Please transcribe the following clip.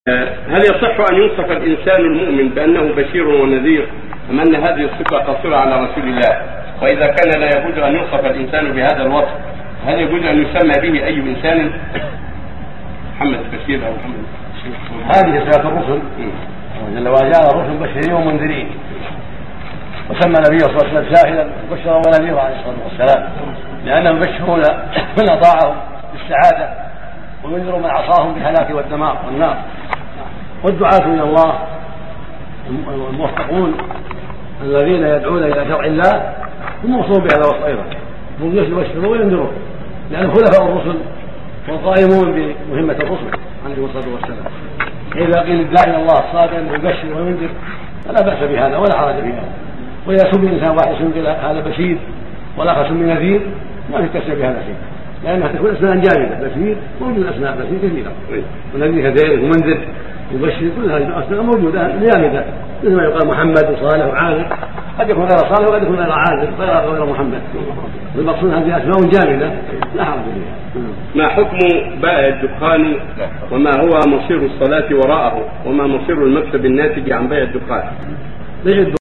هل يصح أن يوصف الإنسان المؤمن بأنه بشير ونذير أم أن هذه الصفة قصيرة على رسول الله؟ وإذا كان لا يجوز أن يوصف الإنسان بهذا الوصف هل يجوز أن يسمى به أي إنسان؟ محمد بشير أو محمد هذه صفة الرسل جل وعلا، الرسل بشرين ومنذرين، وسمى النبي صلى الله عليه وسلم شاهدا بشرا ونذيرا عليه الصلاة والسلام، لأنهم يبشرون من أطاعهم بالسعادة وينذروا من عصاهم بالهلاك والدمار والنار. والدعاة إلى الله الموفقون الذين يدعون إلى شرع الله هم موصوفون بهذا الوصف أيضا، هم يبشرون وينذرون، لأن خلفاء الرسل والقائمون بمهمة الرسل عليه الصلاة والسلام. إذا قيل الداعي إلى الله الصادق أنه يبشر وينذر فلا بأس بهذا ولا حرج في هذا. وإذا سمي الإنسان واحد سمي هذا بشير والآخر سمي نذير ما في تكسب بهذا شيء، لأنها تكون أسماء جامدة. بشير موجود أسماء بشير كثيرة، ونذير كذلك ومنذر يبشر، كل هذه الأسماء موجودة جامدة، مثل ما يقال محمد وصالح وعامر، قد يكون غير صالح وقد يكون غير عامر غير محمد. والمقصود هذه أسماء جامدة لا حرج فيها. ما حكم بائع الدخان وما هو مصير الصلاة وراءه وما مصير المكسب الناتج عن بيع الدخان؟